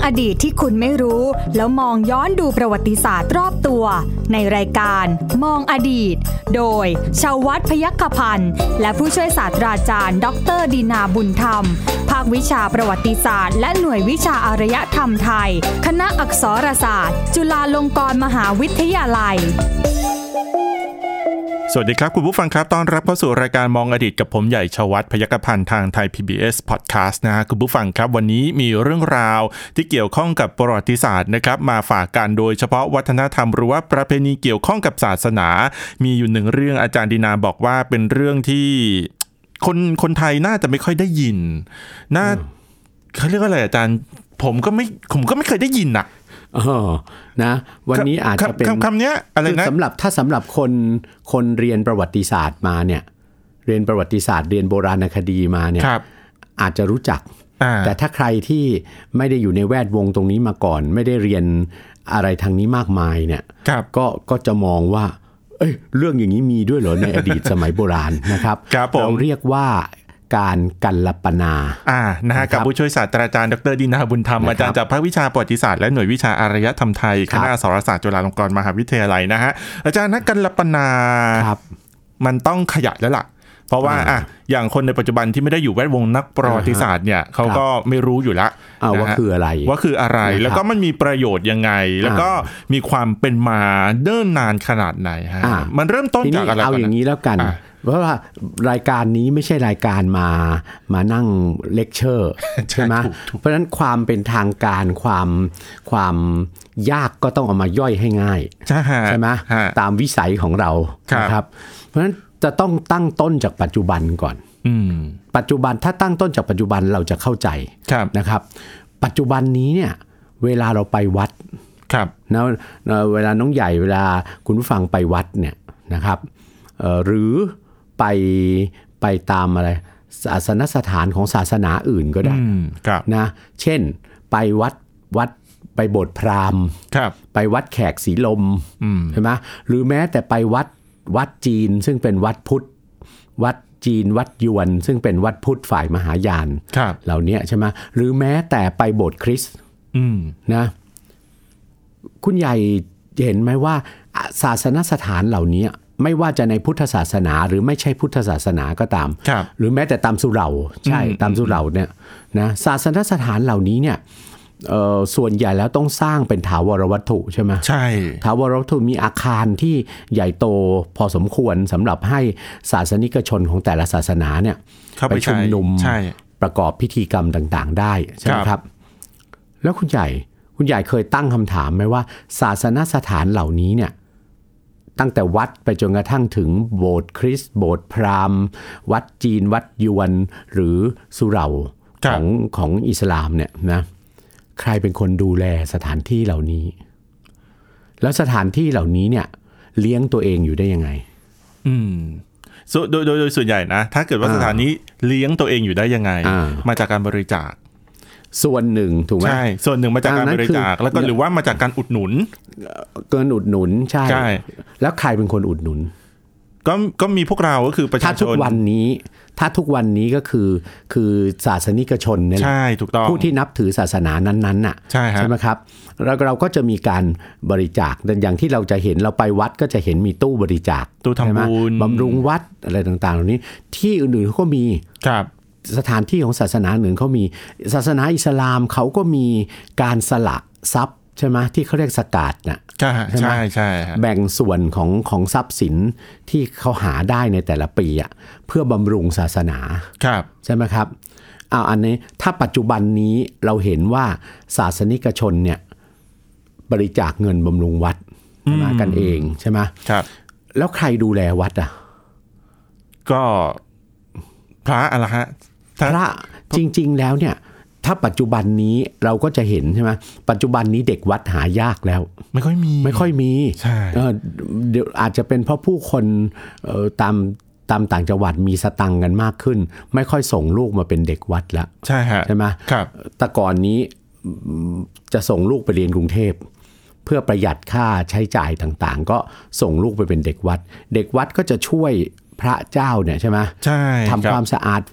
ดีตที่คุณไม่รู้แล้วมองย้อนดูประวัติศาสตร์รอบตัวในรายการมองอดีตโดยชวัฒน์ พยัคฆพันธ์และผู้ช่วยศาสตราจารย์ดร.ดินาบุญธรรมภาควิชาประวัติศาสตร์และหน่วยวิชาอารยธรรมไทยคณะอักษรศาสตร์จุฬาลงกรณ์มหาวิทยาลัยสวัสดีครับคุณผู้ฟังครับต้อนรับเข้าสู่รายการมองอดีตกับผมใหญ่ชวัฒน์ พยัคฆพันธ์ทางไทย PBS Podcast นะฮะคุณผู้ฟังครับวันนี้มีเรื่องราวที่เกี่ยวข้องกับประวัติศาสตร์นะครับมาฝากกันโดยเฉพาะวัฒนธรรมหรือว่าประเพณีเกี่ยวข้องกับศาสนามีอยู่หนึ่งเรื่องอาจารย์ดินาบอกว่าเป็นเรื่องที่คนไทยน่าจะไม่ค่อยได้ยินเขาเรียกว่าอะไรอาจารย์ผมก็ไม่เคยได้ยินนะนะวันนี้อาจจะเป็นคำนี้อะไรนะสำหรับคนเรียนประวัติศาสตร์มาเนี่ยเรียนประวัติศาสตร์เรียนโบราณคดีมาเนี่ยอาจจะรู้จักแต่ถ้าใครที่ไม่ได้อยู่ในแวดวงตรงนี้มาก่อนไม่ได้เรียนอะไรทางนี้มากมายเนี่ยก็จะมองว่าเรื่องอย่างนี้มีด้วยเหรอในอดีตสมัยโบราณนะครับเราเรียกว่าการกัลปนานะฮะกับผู้ช่วยศาสตราจารย์ดร.ดินาบุญธรรมอาจารย์จากภาควิชาประวัติศาสตร์และหน่วยวิชาอารยธรรมไทยคณะอักษรศาสตร์จุฬาลงกรณ์มหาวิทยาลัยนะฮะอาจารย์กัลปนามันต้องขยายแล้วล่ะเพราะว่าอย่างคนในปัจจุบันที่ไม่ได้อยู่แวดวงนักประวัติศาสตร์เนี่ยเขาก็ไม่รู้อยู่ละว่าคืออะไรแล้วก็มันมีประโยชน์ยังไงแล้วก็มีความเป็นมาเนิ่นนานขนาดไหนฮะมันเริ่มต้นจากอะไรเอาอย่างนี้แล้วกันเพราะว่ารายการนี้ไม่ใช่รายการมานั่งเลคเชอร์ใช่ไหมเพราะฉะนั้นความเป็นทางการความยากก็ต้องเอามาย่อยให้ง่ายใช่ไหมตามวิสัยของเรานะครับเพราะฉะนั้นจะต้องตั้งต้นจากปัจจุบันก่อนปัจจุบันถ้าตั้งต้นจากปัจจุบันเราจะเข้าใจนะครับปัจจุบันนี้เนี่ยเวลาเราไปวัดนะเวลาน้องใหญ่เวลาคุณผู้ฟังไปวัดเนี่ยนะครับหรือไปตามอะไรศาสนสถานของศาสนาอื่นก็ได้นะเช่นไปวัดไปโบสถ์พราหมณ์ไปวัดแขกศรีลมใช่ไหมหรือแม้แต่ไปวัดจีนซึ่งเป็นวัดพุทธวัดจีนวัดยวนซึ่งเป็นวัดพุทธฝ่ายมหายานเหล่านี้ใช่ไหมหรือแม้แต่ไปโบสถ์คริสต์นะคุณใหญ่เห็นไหมว่าศาสนสถานเหล่านี้ไม่ว่าจะในพุทธศาสนาหรือไม่ใช่พุทธศาสนาก็ตามหรือแม้แต่ตามสุเหร่าใช่ตามสุเหร่าเนี่ยนะศาสนสถานเหล่านี้เนี่ยส่วนใหญ่แล้วต้องสร้างเป็นถาวรวัตถุใช่ไหมใช่ถาวรวัตถุมีอาคารที่ใหญ่โตพอสมควรสำหรับให้ศาสนิกชนของแต่ละศาสนาเนี่ยไปชุมนุมประกอบพิธีกรรมต่างๆได้ใช่ไหมครับแล้วคุณใหญ่เคยตั้งคำถามไหมว่าศาสนสถานเหล่านี้เนี่ยตั้งแต่วัดไปจนกระทั่งถึงโบสถ์คริสต์โบสถ์พราหมณ์วัดจีนวัดยวนหรือสุเหร่าของอิสลามเนี่ยนะใครเป็นคนดูแลสถานที่เหล่านี้แล้วสถานที่เหล่านี้เนี่ยเลี้ยงตัวเองอยู่ได้ยังไงโดยส่วนใหญ่นะถ้าเกิดว่าสถานนี้เลี้ยงตัวเองอยู่ได้ยังไงมาจากการบริจาคส่วนหนึ่งถูกไหมใช่ส่วนหนึ่งมาจากการบริจาคแล้วก็หรือว่ามาจากการอุดหนุนเกินอุดหนุนใช่แล้วใครเป็นคนอุดหนุนก็มีพวกเราก็คือประชาชนถ้าทุกวันนี้ก็คือศาสนิกชนเนี่ยใช่ถูกต้องผู้ที่นับถือศาสนานั้นๆน่ะใช่ไหมครับแล้วเราก็จะมีการบริจาคอย่างที่เราจะเห็นเราไปวัดก็จะเห็นมีตู้บริจาคตู้ทำบุญบำรุงวัดอะไรต่างๆเหล่านี้ที่อื่นๆเขาก็มีสถานที่ของศาสนาอื่นเขามีศาสนาอิสลามเขาก็มีการสละทรัพย์ใช่ไหมที่เขาเรียกซะกาตนะใช่ใช่แบ่งส่วนของทรัพย์สินที่เขาหาได้ในแต่ละปีเพื่อบำรุงศาสนาใช่ไหมครับอันนี้ถ้าปัจจุบันนี้เราเห็นว่าศาสนิกชนเนี่ยบริจาคเงินบำรุงวัดมากันเองใช่ไหมครับแล้วใครดูแลวัดก็พระอะไรฮะพระจริงๆแล้วเนี่ยถ้าปัจจุบันนี้เราก็จะเห็นใช่ไหมปัจจุบันนี้เด็กวัดหายากแล้วไม่ค่อยมีใช่เดี๋ยวอาจจะเป็นเพราะผู้คนตามต่างจังหวัดมีสตังค์กันมากขึ้นไม่ค่อยส่งลูกมาเป็นเด็กวัดแล้วใช่ไหมครับแต่ก่อนนี้จะส่งลูกไปเรียนกรุงเทพเพื่อประหยัดค่าใช้จ่ายต่างๆก็ส่งลูกไปเป็นเด็กวัดก็จะช่วยพระเจ้าเนี่ยใช่ไหมใช่ทำความสะอาดวัด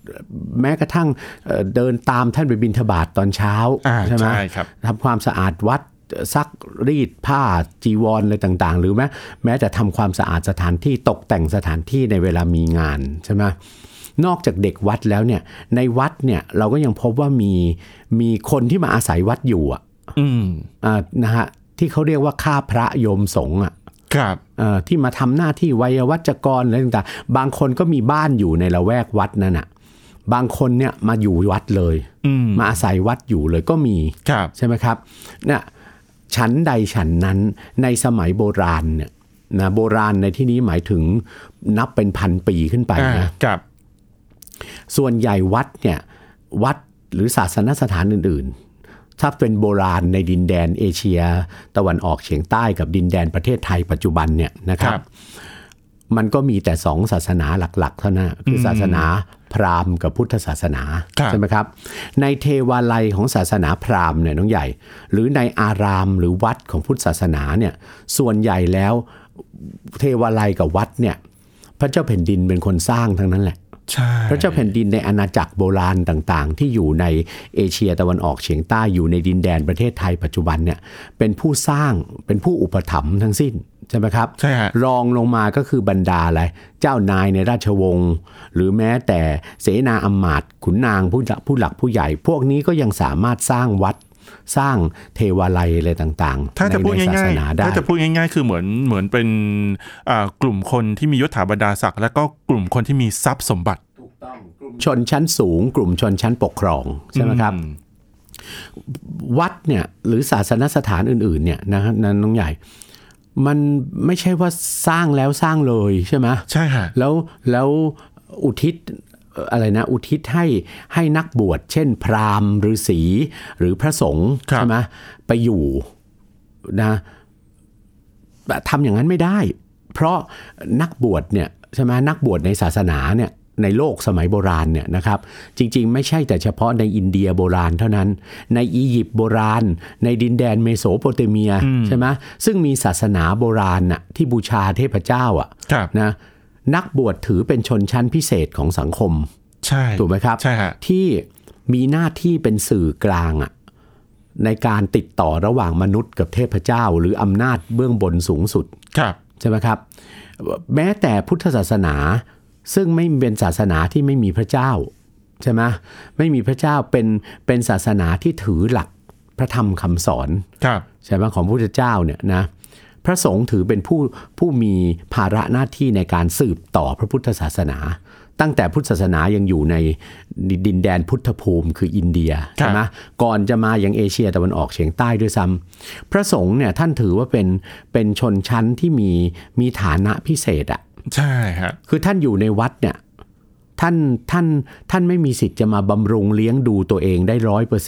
แม้กระทั่งเดินตามท่านไปบิณฑบาตตอนเช้าใช่ไหมทำความสะอาดวัดซักรีดผ้าจีวรอะไรต่างๆหรือแม้แต่ทำความสะอาดสถานที่ตกแต่งสถานที่ในเวลามีงานใช่ไหมนอกจากเด็กวัดแล้วเนี่ยในวัดเนี่ยเราก็ยังพบว่ามีคนที่มาอาศัยวัดอยู่นะฮะที่เขาเรียกว่าข้าพระโยมสงฆ์ที่มาทำหน้าที่ไวยวัจกรอะไรต่างๆบางคนก็มีบ้านอยู่ในละแวกวัดนั่นน่ะบางคนเนี่ยมาอยู่วัดเลยมาอาศัยวัดอยู่เลยก็มีใช่ไหมครับเนี่ยฉันใดฉันนั้นในสมัยโบราณเนี่ยนะโบราณในที่นี้หมายถึงนับเป็นพันปีขึ้นไปนะส่วนใหญ่วัดเนี่ยวัดหรือศาสนสถานอื่นๆถ้าเป็นโบราณในดินแดนเอเชียตะวันออกเฉียงใต้กับดินแดนประเทศไทยปัจจุบันเนี่ยนะครับมันก็มีแต่2ศาสนาหลักๆเท่านั้นคือศาสนาพราหมณ์กับพุทธศาสนาใช่ไหมครับในเทวาลัยของศาสนาพราหมณ์เนี่ยน้องใหญ่หรือในอารามหรือวัดของพุทธศาสนาเนี่ยส่วนใหญ่แล้วเทวาลัยกับวัดเนี่ยพระเจ้าแผ่นดินเป็นคนสร้างทั้งนั้นแหละพระเจ้าแผ่นดินในอาณาจักรโบราณต่างๆที่อยู่ในเอเชียตะวันออกเฉียงใต้อยู่ในดินแดนประเทศไทยปัจจุบันเนี่ยเป็นผู้สร้างเป็นผู้อุปถัมภ์ทั้งสิ้นใช่ไหมครับใช่ฮะรองลงมาก็คือบรรดาอะไรเจ้านายในราชวงศ์หรือแม้แต่เสนาอำมาตย์ขุนนางผู้หลักผู้ใหญ่พวกนี้ก็ยังสามารถสร้างวัดสร้างเทวาลัยอะไรต่างๆถ้าจะพูดง่ายๆคือเหมือนเป็นกลุ่มคนที่มียศถาบรรดาศักดิ์แล้วก็กลุ่มคนที่มีทรัพย์สมบัติถูกต้องกลุ่มชนชั้นสูงกลุ่มชนชั้นปกครองใช่ไหมครับวัดเนี่ยหรือศาสนสถานอื่นๆเนี่ยนะน้องใหญ่มันไม่ใช่ว่าสร้างแล้วสร้างเลยใช่ไหมใช่ค่ะแล้วอุทิศอะไรนะอุทิศให้นักบวชเช่นพราหมณ์ฤาษีหรือพระสงฆ์ใช่ไหมไปอยู่นะทำอย่างนั้นไม่ได้เพราะนักบวชเนี่ยใช่ไหมนักบวชในศาสนาเนี่ยในโลกสมัยโบราณเนี่ยนะครับจริงๆไม่ใช่แต่เฉพาะในอินเดียโบราณเท่านั้นในอียิปต์โบราณในดินแดนเมโสโปเตเมียใช่ไหมซึ่งมีศาสนาโบราณน่ะที่บูชาเทพเจ้าอ่ะนะนักบวชถือเป็นชนชั้นพิเศษของสังคมใช่ถูกไหมครับใช่ฮะที่มีหน้าที่เป็นสื่อกลางอ่ะในการติดต่อระหว่างมนุษย์กับเทพเจ้าหรืออำนาจเบื้องบนสูงสุดใช่ไหมครับแม้แต่พุทธศาสนาซึ่งไม่เป็นศาสนาที่ไม่มีพระเจ้าใช่ไหมไม่มีพระเจ้าเป็นศาสนาที่ถือหลักพระธรรมคำสอนใช่ไหมของพระพุทธเจ้าเนี่ยนะพระสงฆ์ถือเป็นผู้มีภาระหน้าที่ในการสืบต่อพระพุทธศาสนาตั้งแต่พุทธศาสนายังอยู่ในดินแดนพุทธภูมิคืออินเดียใช่ไหมก่อนจะมายังเอเชียตะวันออกเฉียงใต้ด้วยซ้ำพระสงฆ์เนี่ยท่านถือว่าเป็นชนชั้นที่มีฐานะพิเศษอ่ะใช่ครับคือท่านอยู่ในวัดเนี่ยท่านไม่มีสิทธิ์จะมาบำรุงเลี้ยงดูตัวเองได้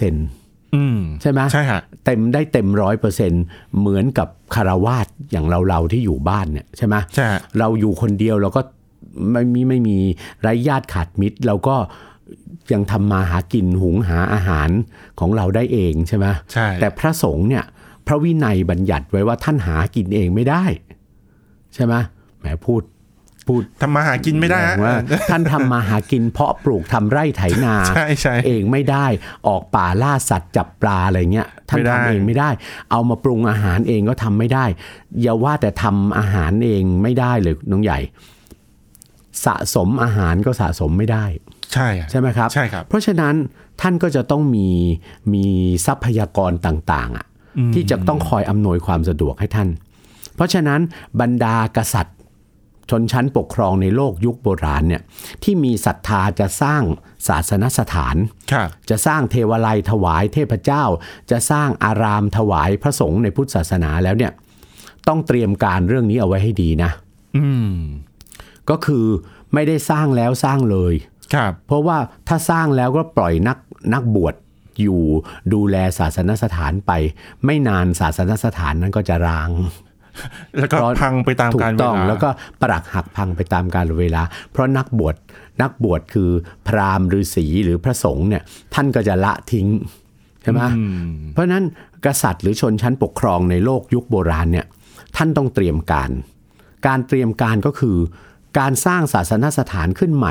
100%ใช่ไหมใช่ฮะเต็ม 100%เหมือนกับคฤหัสถ์อย่างเราที่อยู่บ้านเนี่ยใช่ไหมใช่เราอยู่คนเดียวเราก็ไม่มีไร้ญาติขาดมิตรเราก็ยังทำมาหากินหุงหาอาหารของเราได้เองใช่ไหมใช่แต่พระสงฆ์เนี่ยพระวินัยบัญญัติไว้ว่าท่านหากินเองไม่ได้ใช่ไหมแหมพูดทำมาหากินไม่ได้ว่าท่านทำมาหากินเพาะปลูกทำไร่ไถนาเองไม่ได้ออกป่าล่าสัตว์จับปลาอะไรเงี้ยท่านทำเองไม่ได้เอามาปรุงอาหารเองก็ทำไม่ได้อย่าว่าแต่ทำอาหารเองไม่ได้เลยน้องใหญ่สะสมอาหารก็สะสมไม่ได้ใช่ไหมครับใช่ครับเพราะฉะนั้นท่านก็จะต้องมีทรัพยากรต่างๆที่จะต้องคอยอำนวยความสะดวกให้ท่านเพราะฉะนั้นบรรดากษัตริย์ชนชั้นปกครองในโลกยุคโบราณเนี่ยที่มีศรัทธาจะสร้างศาสนสถานจะสร้างเทวาลัยถวายเทพเจ้าจะสร้างอารามถวายพระสงฆ์ในพุทธศาสนาแล้วเนี่ยต้องเตรียมการเรื่องนี้เอาไว้ให้ดีนะก็คือไม่ได้สร้างแล้วสร้างเลยเพราะว่าถ้าสร้างแล้วก็ปล่อยนักบวชอยู่ดูแลศาสนสถานไปไม่นานศาสนสถานนั้นก็จะร้างแล้วก็พังไปตามกาลเวลาแล้วก็ปรักหักพังไปตามกาลเวลาเพราะนักบวชคือพราหมณ์ฤาษีหรือพระสงฆ์เนี่ยท่านก็จะละทิ้งใช่ไหมเพราะนั้นกษัตริย์หรือชนชั้นปกครองในโลกยุคโบราณเนี่ยท่านต้องเตรียมการเตรียมการก็คือการสร้างศาสนสถานขึ้นใหม่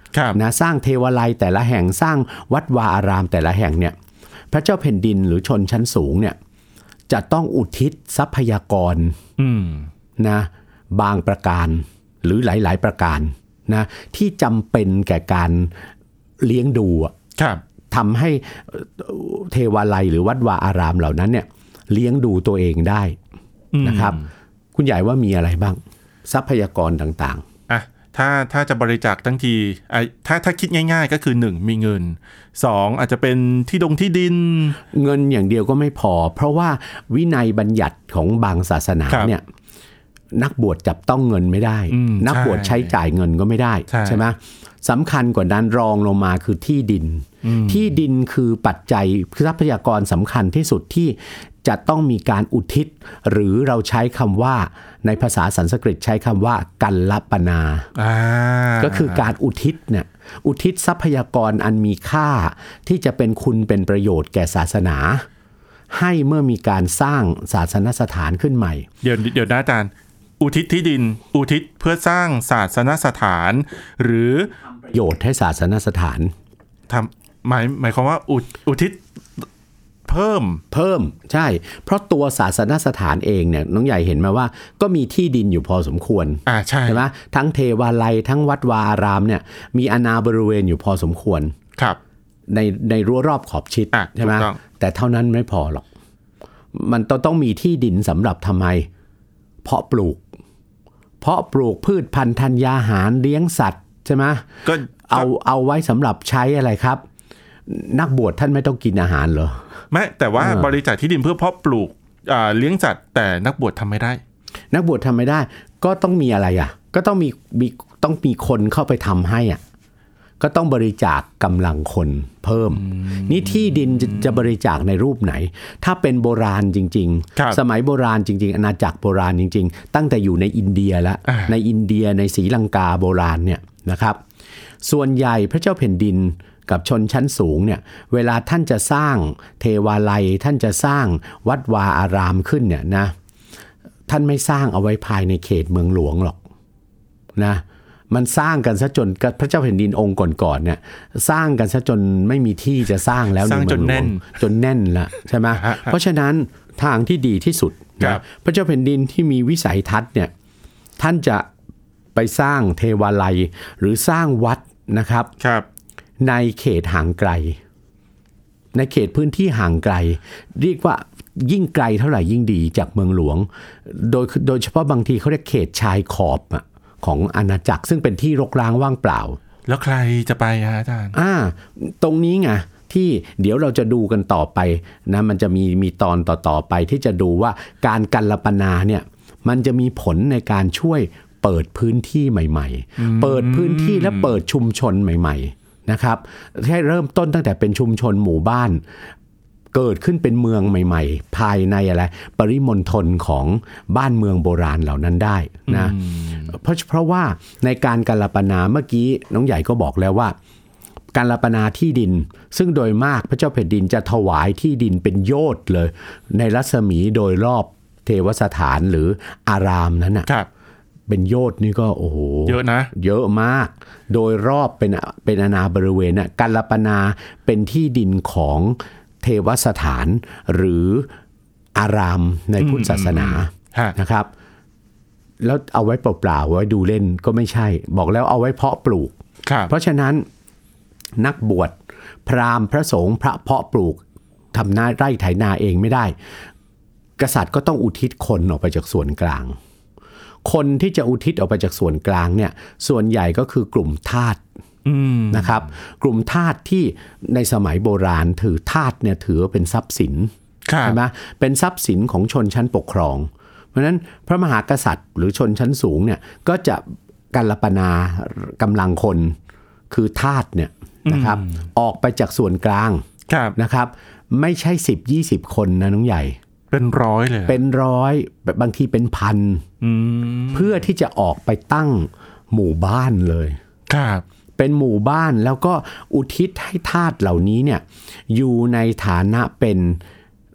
นะสร้างเทวาลัยแต่ละแห่งสร้างวัดวาอารามแต่ละแห่งเนี่ยพระเจ้าแผ่นดินหรือชนชั้นสูงเนี่ยจะต้องอุทิศทรัพยากรนะบางประการหรือหลายๆประการนะที่จำเป็นแก่การเลี้ยงดูทำให้เทวาลัยหรือวัดวาอารามเหล่านั้นเนี่ยเลี้ยงดูตัวเองได้นะครับคุณใหญ่ว่ามีอะไรบ้างทรัพยากรต่างๆถ้าจะบริจาคทั้งทีถ้าคิดง่ายๆก็คือ1มีเงิน2อาจจะเป็นที่ดินเงินอย่างเดียวก็ไม่พอเพราะว่าวินัยบัญญัติของบางศาสนาเนี่ยนักบวชจับต้องเงินไม่ได้นักบวชใช้จ่ายเงินก็ไม่ได้ใช่ไหมสำคัญกว่านั้นรองลงมาคือที่ดินที่ดินคือปัจจัยทรัพยากรสำคัญที่สุดที่จะต้องมีการอุทิศหรือเราใช้คำว่าในภาษาสันสกฤตใช้คำว่ากัลลปนาก็คือการอุทิศเนี่ยอุทิศทรัพยากรอันมีค่าที่จะเป็นคุณเป็นประโยชน์แก่ศาสนาให้เมื่อมีการสร้างศาสนสถานขึ้นใหม่เดี๋ยวนะอาจารย์อุทิศที่ดินอุทิศเพื่อสร้างศาสนสถานหรือประโยชน์ให้ศาสนสถานหมายความว่าอุทิศเพิ่มใช่เพราะตัวศาสนสถานเองเนี่ยน้องใหญ่เห็นมาว่าก็มีที่ดินอยู่พอสมควรใช่ไหมทั้งเทวาลัยทั้งวัดวาอารามเนี่ยมีอาณาบริเวณอยู่พอสมควรครับในรั้วรอบขอบชิดใช่ไหมแต่เท่านั้นไม่พอหรอกมันต้องมีที่ดินสำหรับทำไมเพาะปลูกพืชพันธุ์ธัญญาหารเลี้ยงสัตว์ใช่ไหมก็เอาไว้สำหรับใช้อะไรครับนักบวชท่านไม่ต้องกินอาหารเหรอไม่แต่ว่าบริจาคที่ดินเพื่อเพาะปลูกเลี้ยงสัตว์แต่นักบวชทำไม่ได้นักบวชทำไม่ได้ก็ต้องมีอะไรก็ต้องมีคนเข้าไปทำให้ก็ต้องบริจาคกำลังคนเพิ่มนี่ที่ดินจะบริจาคในรูปไหนถ้าเป็นโบราณจริงๆสมัยโบราณจริงๆอาณาจักรโบราณจริงๆตั้งแต่อยู่ในอินเดียแล้วในอินเดียในศรีลังกาโบราณเนี่ยนะครับส่วนใหญ่พระเจ้าแผ่นดินกับชนชั้นสูงเนี่ยเวลาท่านจะสร้างเทวาลัยท่านจะสร้างวัดวาอารามขึ้นเนี่ยนะท่านไม่สร้างเอาไว้ภายในเขตเมืองหลวงหรอกนะมันสร้างกันซะจนพระเจ้าแผ่นดินองค์ก่อนๆเนี่ยสร้างกันซะจนไม่มีที่จะสร้างแล้วในเมืองหลวงจนแน่นละใช่ไหมเพราะฉะนั้นทางที่ดีที่สุดนะพระเจ้าแผ่นดินที่มีวิสัยทัศน์เนี่ยท่านจะไปสร้างเทวาลัยหรือสร้างวัดนะครับในเขตห่างไกลในเขตพื้นที่ห่างไกลเรียกว่ายิ่งไกลเท่าไหร่ยิ่งดีจากเมืองหลวงโดยเฉพาะบางทีเขาเรียกเขตชายขอบของอาณาจักรซึ่งเป็นที่รกร้างว่างเปล่าแล้วใครจะไปอาจารย์ตรงนี้ไงที่เดี๋ยวเราจะดูกันต่อไปนะมันจะมีตอนต่อไปที่จะดูว่าการกัลปนาเนี่ยมันจะมีผลในการช่วยเปิดพื้นที่ใหม่ๆเปิดพื้นที่และเปิดชุมชนใหม่ๆนะครับให้เริ่มต้นตั้งแต่เป็นชุมชนหมู่บ้านเกิดขึ้นเป็นเมืองใหม่ๆภายในอะไรปริมณฑลของบ้านเมืองโบราณเหล่านั้นได้นะเพราะว่าในการกัลปนาเมื่อกี้น้องใหญ่ก็บอกแล้วว่ากัลปนาที่ดินซึ่งโดยมากพระเจ้าแผ่นดินจะถวายที่ดินเป็นโยชน์เลยในรัศมีโดยรอบเทวสถานหรืออารามนั้นนะเป็นโยชน์นี่ก็โอ้โหเยอะนะเยอะมากโดยรอบเป็นอาณาบริเวณน่ะกัลปนาเป็นที่ดินของเทวสถานหรืออารามในพุทธศาสนานะครับแล้วเอาไว้เปล่าๆไว้ดูเล่นก็ไม่ใช่บอกแล้วเอาไว้เพาะปลูกเพราะฉะนั้นนักบวชพราหมณ์พระสงฆ์พระเพาะปลูกทำนาไร่ไถนาเองไม่ได้กษัตริย์ก็ต้องอุทิศคนออกไปจากส่วนกลางคนที่จะอุทิศออกไปจากส่วนกลางเนี่ยส่วนใหญ่ก็คือกลุ่มทาสนะครับกลุ่มทาสที่ในสมัยโบราณถือทาสเนี่ยถือเป็นทรัพย์สินใช่ไหมเป็นทรัพย์สินของชนชั้นปกครองเพราะฉะนั้นพระมหากษัตริย์หรือชนชั้นสูงเนี่ยก็จะกัลปนากำลังคนคือทาสเนี่ยนะครับออกไปจากส่วนกลางนะครับไม่ใช่10-20 คนนะน้องใหญ่เป็นร้อยเลยเป็นร้อยบางทีเป็นพันเพื่อที่จะออกไปตั้งหมู่บ้านเลยเป็นหมู่บ้านแล้วก็อุทิศให้ทาสเหล่านี้เนี่ยอยู่ในฐานะเป็น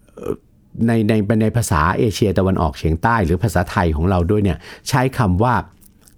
ในภาษาเอเชียตะวันออกเฉียงใต้หรือภาษาไทยของเราด้วยเนี่ยใช้คำว่า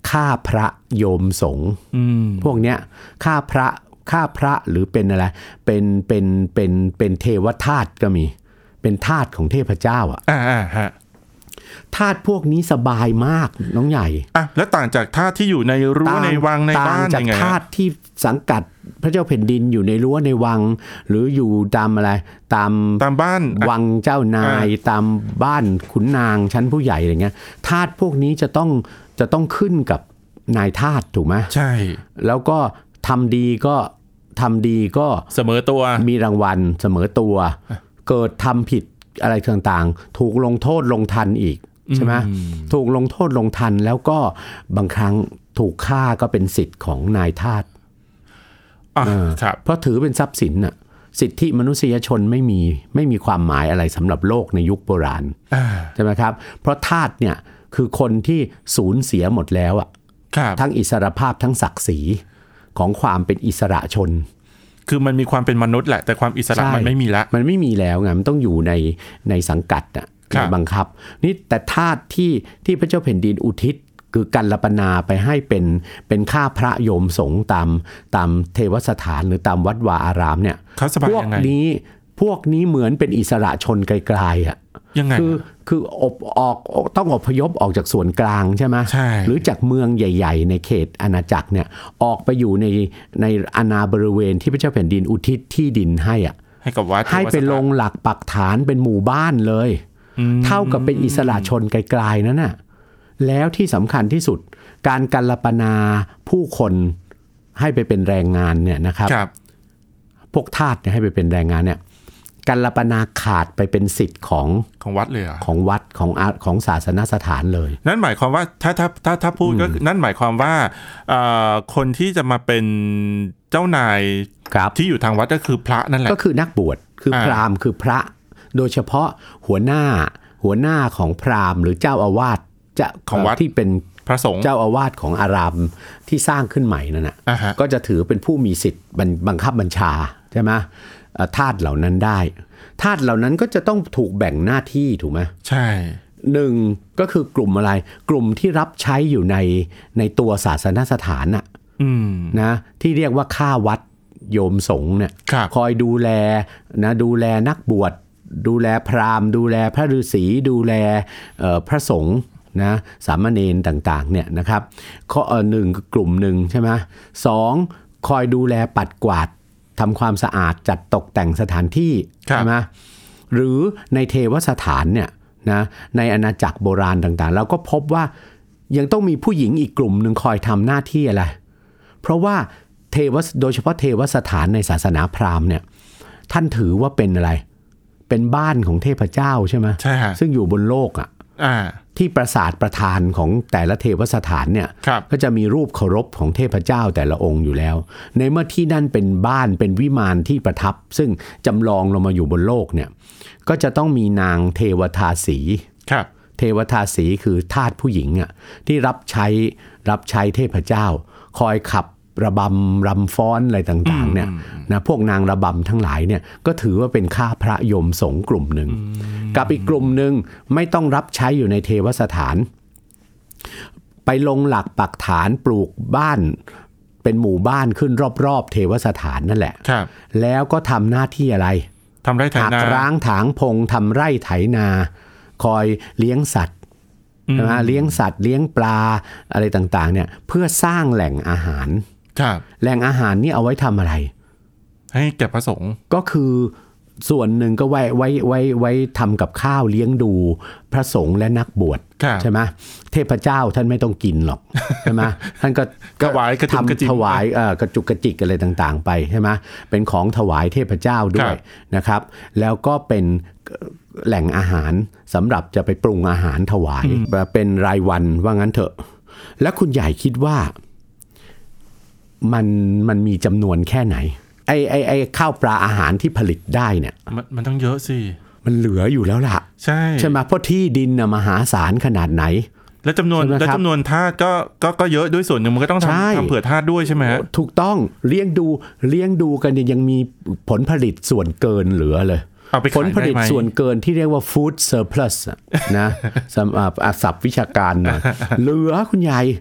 ฆ่าพระโยมสงฆ์พวกเนี้ยฆ่าพระหรือเป็นอะไรเป็นเทวทาสก็มีเป็นทาสของเทพเจ้าอ่ะฮะทาสพวกนี้สบายมากน้องใหญ่แล้วต่างจากทาสที่อยู่ในรั้วในวังในบ้านยังไงต่างจากทาสที่สังกัดพระเจ้าแผ่นดินอยู่ในรั้วในวังหรืออยู่ตามอะไรตามบ้านวังเจ้านายตามบ้านขุนนางชั้นผู้ใหญ่อะไรเงี้ยทาสพวกนี้จะต้องขึ้นกับนายทาสถูกไหมใช่แล้วก็ทำดีก็เสมอตัวมีรางวัลเสมอตัวเกิดทำผิดอะไรต่างๆถูกลงโทษลงทันอีกใช่ไหมถูกลงโทษลงทันแล้วก็บางครั้งถูกฆ่าก็เป็นสิทธิ์ของนายทาสเพราะถือเป็นทรัพย์สินน่ะสิทธิมนุษยชนไม่มีความหมายอะไรสำหรับโลกในยุคโบราณใช่ไหมครับเพราะทาสเนี่ยคือคนที่สูญเสียหมดแล้วอ่ะทั้งอิสรภาพทั้งศักดิ์ศรีของความเป็นอิสระชนคือมันมีความเป็นมนุษย์แหละแต่ความอิสระมันไม่มีแล้วไงมันต้องอยู่ในสังกัดอ่ะบังคับนี่แต่ทาสที่พระเจ้าแผ่นดินอุทิศคือกัลปนาไปให้เป็นข้าพระโยมสงฆ์ตามเทวสถานหรือตามวัดวาอารามเนี่ยพวกนี้เหมือนเป็นอิสระชนไกลๆอ่ะยังไงคือต้องอพยพออกจากส่วนกลางใช่ไหมหรือจากเมืองใหญ่ๆในเขตอาณาจักรเนี่ยออกไปอยู่ในอาณาบริเวณที่พระเจ้าแผ่นดินอุทิศที่ดินให้กับวัดให้ไปลงหลักปักฐานเป็นหมู่บ้านเลยเท่ากับเป็นอิสระชนไกลๆนั่นน่ะแล้วที่สำคัญที่สุดการกัลปนาผู้คนให้ไปเป็นแรงงานเนี่ยนะครับพวกทาสเนี่ยให้ไปเป็นแรงงานเนี่ยกัลปนาขาดไปเป็นสิทธิ์ของวัดเลยของวัดของศาสนสถานเลยนั่นหมายความว่าถ้าพูดก็นั่นหมายความว่าคนที่จะมาเป็นเจ้านายที่อยู่ทางวัดก็คือพระนั่นแหละก็คือนักบวชคือพราหมณ์คือพระโดยเฉพาะหัวหน้าของพราหมณ์หรือเจ้าอาวาสของวัดที่เป็นพระสงฆ์เจ้าอาวาสของอารามที่สร้างขึ้นใหม่นั่นน่ะก็จะถือเป็นผู้มีสิทธิ์บังคับบัญชาใช่ไหมทาสเหล่านั้นได้ทาสเหล่านั้นก็จะต้องถูกแบ่งหน้าที่ถูกไหมใช่หนึ่งก็คือกลุ่มอะไรกลุ่มที่รับใช้อยู่ในตัวศาสนสถานน่ะนะที่เรียกว่าข้าวัดโยมสงฆ์เนี่ยคอยดูแลนักบวชดูแลพราหมณ์ดูแลพระฤาษีดูแลพระสงฆ์นะสามเณรต่างๆเนี่ยนะครับข้อหนึ่งกลุ่มหนึ่งใช่ไหมสองคอยดูแลปัดกวาดทำความสะอาดจัดตกแต่งสถานที่ใช่ไหมหรือในเทวสถานเนี่ยนะในอาณาจักรโบราณต่างๆเราก็พบว่ายังต้องมีผู้หญิงอีกกลุ่มหนึ่งคอยทำหน้าที่อะไรเพราะว่าโดยเฉพาะเทวสถานในศาสนาพราหมณ์เนี่ยท่านถือว่าเป็นอะไรเป็นบ้านของเทพเจ้าใช่ไหมใช่ซึ่งอยู่บนโลกที่ปราสาทประธานของแต่ละเทวสถานเนี่ยก็จะมีรูปเคารพของเทพเจ้าแต่ละองค์อยู่แล้วในเมื่อที่นั่นเป็นบ้านเป็นวิมานที่ประทับซึ่งจำลองลงมาอยู่บนโลกเนี่ยก็จะต้องมีนางเทวทาสีเทวทาสีคือทาสผู้หญิงที่รับใช้เทพเจ้าคอยขับระบำรำฟ้อนอะไรต่างๆเนี่ยนะพวกนางระบำทั้งหลายเนี่ยก็ถือว่าเป็นข้าพระโยมสงฆ์กลุ่มหนึ่งกับอีกกลุ่มหนึ่งไม่ต้องรับใช้อยู่ในเทวสถานไปลงหลักปักฐานปลูกบ้านเป็นหมู่บ้านขึ้นรอบๆเทวสถานนั่นแหละแล้วก็ทำหน้าที่อะไรทำไร่ไถนาร้างถางพงทำไร่ไถนาคอยเลี้ยงสัตว์เลี้ยงสัตว์เลี้ยงปลาอะไรต่างๆเนี่ยเพื่อสร้างแหล่งอาหารแหล่งอาหารนี่เอาไว้ทำอะไรให้แก่พระสงฆ์ก็คือส่วนหนึ่งก็ไว้ทำกับข้าวเลี้ยงดูพระสงฆ์และนักบวชใช่ไหมเทพเจ้าท่านไม่ต้องกินหรอกใช่ไหมท่านก็ทำถวายกระจุกกระจิกอะไรต่างๆไปใช่ไหมเป็นของถวายเทพเจ้าด้วยนะครับแล้วก็เป็นแหล่งอาหารสำหรับจะไปปรุงอาหารถวายเป็นรายวันว่างั้นเถอะแล้วคุณใหญ่คิดว่ามันมีจำนวนแค่ไหนไอ้ข้าวปลาอาหารที่ผลิตได้เนี่ยมันต้องเยอะสิมันเหลืออยู่แล้วล่ะใช่ไหมเพราะที่ดินมหาศาลขนาดไหนแล้วจำนวนทาสก็เยอะด้วยส่วนหนึ่งมันก็ต้องทำเผื่อทาสด้วยใช่ไหมฮะถูกต้องเลี้ยงดูกันยังมีผลผลิตส่วนเกินเหลือเลยผลผลิตส่วนเกินที่เรียกว่า food surplus นะศัพท์วิชาการเหลือคุณใหญ่เพ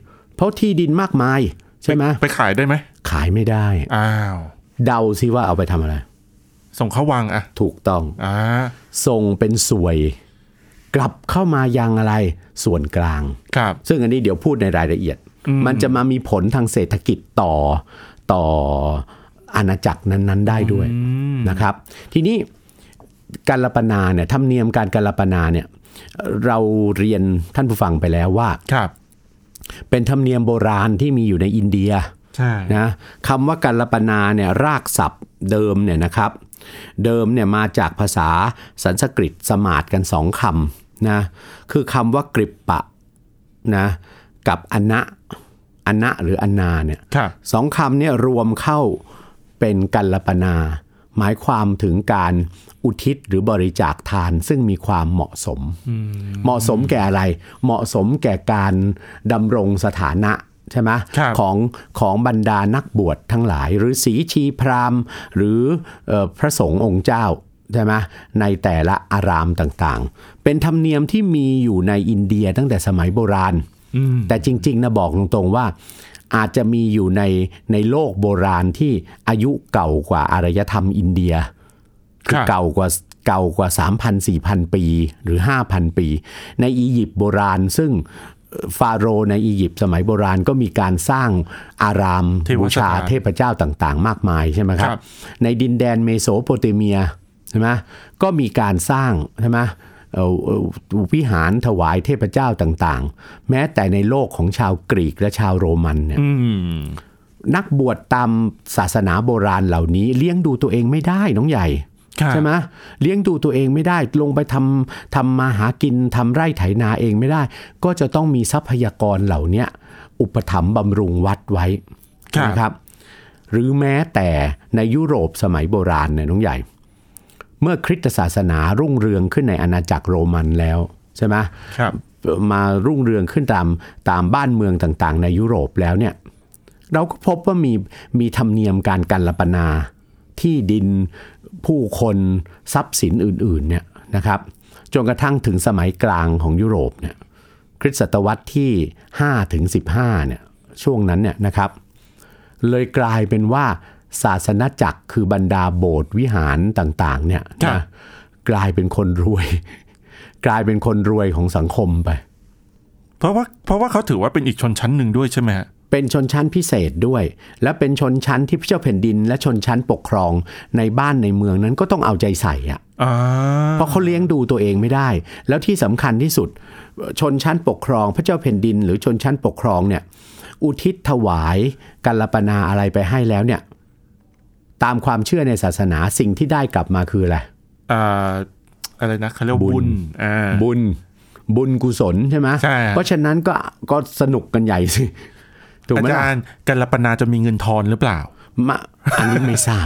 ราะที่ดินมากมายใช่ไหมไปขายได้ไหมขายไม่ได้อ้าวเดาสิว่าเอาไปทำอะไรส่งเข้าวังอะถูกต้องส่งเป็นสวยกลับเข้ามายังอะไรส่วนกลางครับซึ่งอันนี้เดี๋ยวพูดในรายละเอียดมันจะมามีผลทางเศรษฐกิจต่ออาณาจักรนั้นๆได้ด้วยนะครับทีนี้การรัปนาเนี่ยธรรมเนียมการการรัปนาเนี่ยเราเรียนท่านผู้ฟังไปแล้วว่าเป็นธรรมเนียมโบราณที่มีอยู่ในอินเดียนะคำว่าการรัปนาเนี่ยรากศัพท์เดิมเนี่ยนะครับเดิมเนี่ยมาจากภาษาสันสกฤตสมาทกัน2คำนะคือคำว่ากริปปะนะกับอนะหรืออนาเนี่ยสองคำเนี่ยรวมเข้าเป็นกัลปนาหมายความถึงการอุทิศหรือบริจาคทานซึ่งมีความเหมาะสมเหมาะสมแก่อะไรเหมาะสมแก่การดำรงสถานะใช่ไหมของบรรดานักบวชทั้งหลายหรือศรีชีพราหมณ์หรือพระสงฆ์องค์เจ้าใช่ไหมในแต่ละอารามต่างๆเป็นธรรมเนียมที่มีอยู่ในอินเดียตั้งแต่สมัยโบราณแต่จริงๆนะบอกตรงๆว่าอาจจะมีอยู่ในโลกโบราณที่อายุเก่ากว่าอารยธรรมอินเดียคือเก่ากว่า 3,000-4,000 ปีหรือ 5,000 ปีในอียิปต์โบราณซึ่งฟาโรห์ในอียิปต์สมัยโบราณก็มีการสร้างอารามบูชาเทพเจ้าต่างๆมากมายใช่ไหมครับในดินแดนเมโสโปเตเมียใช่ไหมก็มีการสร้างใช่ไหมวิหารถวายเทพเจ้าต่างๆแม้แต่ในโลกของชาวกรีกและชาวโรมันเนี่ยนักบวชตามศาสนาโบราณเหล่านี้เลี้ยงดูตัวเองไม่ได้น้องใหญ่ใช่ไหมเลี้ยงดูตัวเองไม่ได้ลงไปทำมาหากินทำไร่ไถนาเองไม่ได้ก็จะต้องมีทรัพยากรเหล่านี้อุปถัมภ์บำรุงวัดไว้นะครับหรือแม้แต่ในยุโรปสมัยโบราณเนี่ยน้องใหญ่เมื่อคริสตศาสนารุ่งเรืองขึ้นในอาณาจักรโรมันแล้วใช่ไหมมารุ่งเรืองขึ้นตามบ้านเมืองต่างๆในยุโรปแล้วเนี่ยเราก็พบว่ามีธรรมเนียมการกันรัปนาที่ดินผู้คนทรัพย์สินอื่นๆเนี่ยนะครับจนกระทั่งถึงสมัยกลางของยุโรปเนี่ยคริสตศตวรรษที่5 ถึง 15เนี่ยช่วงนั้นเนี่ยนะครับเลยกลายเป็นว่าศาสนจักรคือบรรดาโบสถ์วิหารต่างๆเนี่ยนะกลายเป็นคนรวยกลายเป็นคนรวยของสังคมไปเพราะว่าเขาถือว่าเป็นอีกชนชั้นหนึ่งด้วยใช่ไหมฮะเป็นชนชั้นพิเศษด้วยและเป็นชนชั้นที่พระเจ้าแผ่นดินและชนชั้นปกครองในบ้านในเมืองนั้นก็ต้องเอาใจใส่อ่ะเพราะเขาเลี้ยงดูตัวเองไม่ได้แล้วที่สำคัญที่สุดชนชั้นปกครองพระเจ้าแผ่นดินหรือชนชั้นปกครองเนี่ยอุทิศถวายกัลปนาอะไรไปให้แล้วเนี่ยตามความเชื่อในศาสนาสิ่งที่ได้กลับมาคืออะไรอะไรนะเขาเรียกบุญกุศลใช่ไหมเพราะฉะนั้นก็สนุกกันใหญ่สิถูกไหมอาจารย์กัลปนาจะมีเงินทอนหรือเปล่าอันนี้ไม่ทราบ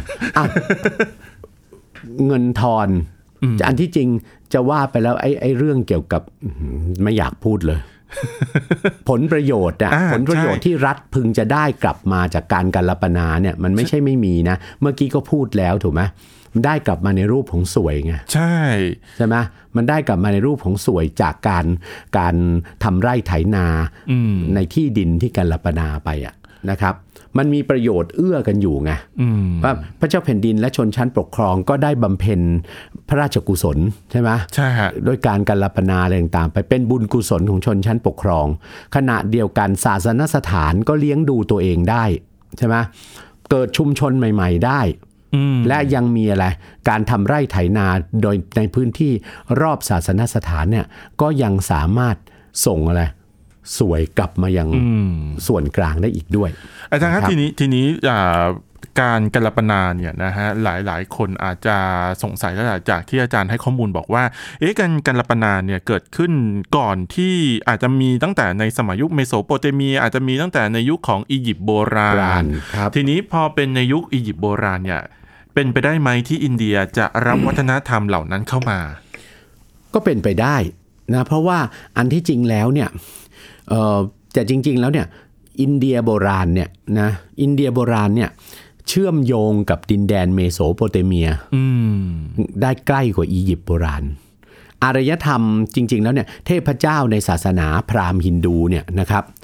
เงินทอนอันที่จริงจะว่าไปแล้วไอ้เรื่องเกี่ยวกับไม่อยากพูดเลยผลประโยชน์ผลประโยชน์ที่รัฐพึงจะได้กลับมาจากการกัลปนาเนี่ยมันไม่ใช่ไม่มีนะเมื่อกี้ก็พูดแล้วถูกไหมมันได้กลับมาในรูปของสวยไงใช่ไหมมันได้กลับมาในรูปของสวยจากการทำไร่ไถนาในที่ดินที่กัลปนาไปนะครับมันมีประโยชน์เอื้อกันอยู่ไงว่าพระเจ้าแผ่นดินและชนชั้นปกครองก็ได้บำเพ็ญพระราชกุศลใช่ไหมใช่ฮะด้วยการกัลปนาอะไรต่างๆไปเป็นบุญกุศลของชนชั้นปกครองขณะเดียวกันศาสนสถานก็เลี้ยงดูตัวเองได้ใช่ไหมเกิดชุมชนใหม่ๆได้และยังมีอะไรการทำไร่ไถนาโดยในพื้นที่รอบศาสนสถานเนี่ยก็ยังสามารถส่งอะไรสวยกลับมายังส่วนกลางได้อีกด้วยอาจารย์ครับทีนี้การกัลปนาเนี่ยนะฮะหลายคนอาจจะสงสัยจากที่อาจารย์ให้ข้อมูลบอกว่าการกัลปนาเนี่ยเกิดขึ้นก่อนที่อาจจะมีตั้งแต่ในสมัยยุคเมโสโปเตเมียอาจจะมีตั้งแต่ในยุคของอียิปต์โบราณทีนี้พอเป็นในยุคอียิปต์โบราณเนี่ยเป็นไปได้ไหมที่อินเดียจะรับวัฒนธรรมเหล่านั้นเข้ามาก็เป็นไปได้นะเพราะว่าอันที่จริงแล้วเนี่ยแต่จริงๆแล้วเนี่ยอินเดียโบราณเนี่ยนะอินเดียโบราณเนี่ยเชื่อมโยงกับดินแดนเมโสโปเตเมียได้ใกล้กว่าอียิปต์โบราณอารยธรรมจริงๆแล้วเนี่ยเทพเจ้าในศาสนาพราหมณ์ฮินดูเนี่ยนะครับ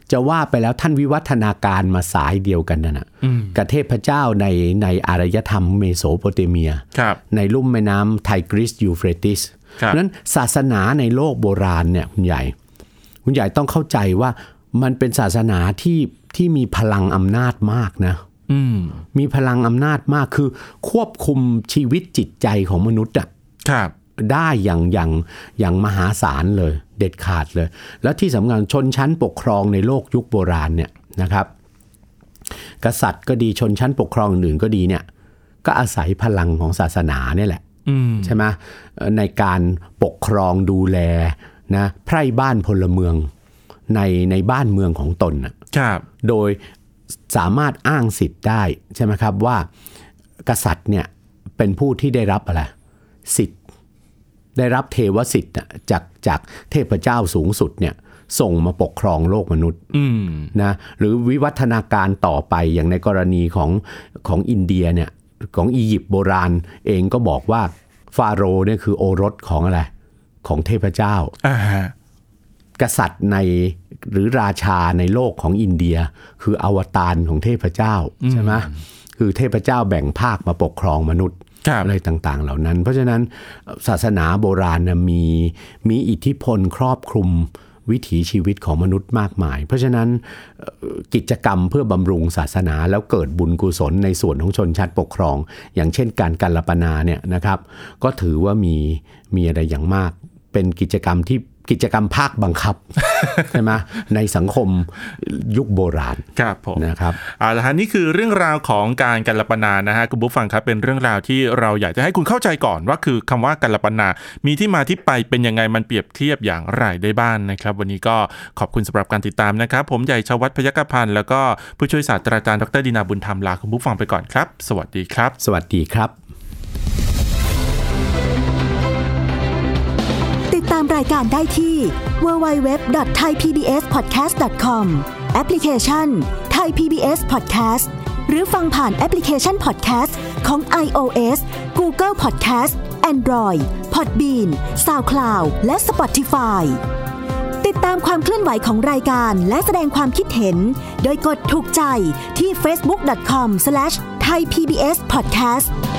จะว่าไปแล้วท่านวิวัฒนาการมาสายเดียวกันนะกับเทพเจ้าในอารยธรรมเมโสโปเตเมียในลุ่มแม่น้ำไทกริสยูเฟรติสเพราะนั้นศาสนาในโลกโบราณเนี่ยคุณใหญ่ต้องเข้าใจว่ามันเป็นศาสนาที่มีพลังอำนาจมากนะมีพลังอำนาจมากคือควบคุมชีวิตจิตใจของมนุษย์ได้อย่างมหาศาลเลยเด็ดขาดเลยแล้วที่สำคัญชนชั้นปกครองในโลกยุคโบราณเนี่ยนะครับกษัตริย์ก็ดีชนชั้นปกครองอื่นก็ดีเนี่ยก็อาศัยพลังของศาสนาเนี่ยแหละใช่ไหมในการปกครองดูแลนะไพร่บ้านพลเมืองในบ้านเมืองของตนโดยสามารถอ้างสิทธิ์ได้ใช่ไหมครับว่ากษัตริย์เนี่ยเป็นผู้ที่ได้รับอะไรสิทธิ์ได้รับเทวสิทธิ์จากเทพเจ้าสูงสุดเนี่ยส่งมาปกครองโลกมนุษย์นะหรือวิวัฒนาการต่อไปอย่างในกรณีของอินเดียเนี่ยของอียิปต์โบราณเองก็บอกว่าฟาโรห์เนี่ยคือโอรสของอะไรของเทพเจ้ากษัตริย์หรือราชาในโลกของอินเดียคืออวตารของเทพเจ้าใช่ไหมคือเทพเจ้าแบ่งภาคมาปกครองมนุษย์อะไรต่างๆเหล่านั้นเพราะฉะนั้นศาสนาโบราณมีอิทธิพลครอบคลุมวิถีชีวิตของมนุษย์มากมายเพราะฉะนั้นกิจกรรมเพื่อบำรุงศาสนาแล้วเกิดบุญกุศลในส่วนของชนชั้นปกครองอย่างเช่นการกัลปนาเนี่ยนะครับก็ถือว่ามีอะไรอย่างมากเป็นกิจกรรมภาคบังคับ ใช่ไหมในสังคมยุคโบราณครับผมนะครับแล้วนี่คือเรื่องราวของการกัลปนานะฮะคุณผู้ฟังครับเป็นเรื่องราวที่เราอยากจะให้คุณเข้าใจก่อนว่าคือคำว่ากัลปนามีที่มาที่ไปเป็นยังไงมันเปรียบเทียบอย่างไรได้บ้าง นะครับวันนี้ก็ขอบคุณสำหรับการติดตามนะครับผมใหญ่ชวัฒน์พยัคฆพันธ์แล้วก็ผู้ช่วยศาสตราจารย์ดร.ดินาบุญธรรมลาคุณผู้ฟังไปก่อนครับสวัสดีครับสวัสดีครับติดตามรายการได้ที่ www.thaipbspodcast.com แอปพลิเคชัน Thai PBS Podcast หรือฟังผ่านแอปพลิเคชัน Podcast ของ iOS Google Podcast Android Podbean SoundCloud และ Spotify ติดตามความเคลื่อนไหวของรายการและแสดงความคิดเห็นโดยกดถูกใจที่ facebook.com/thaipbspodcast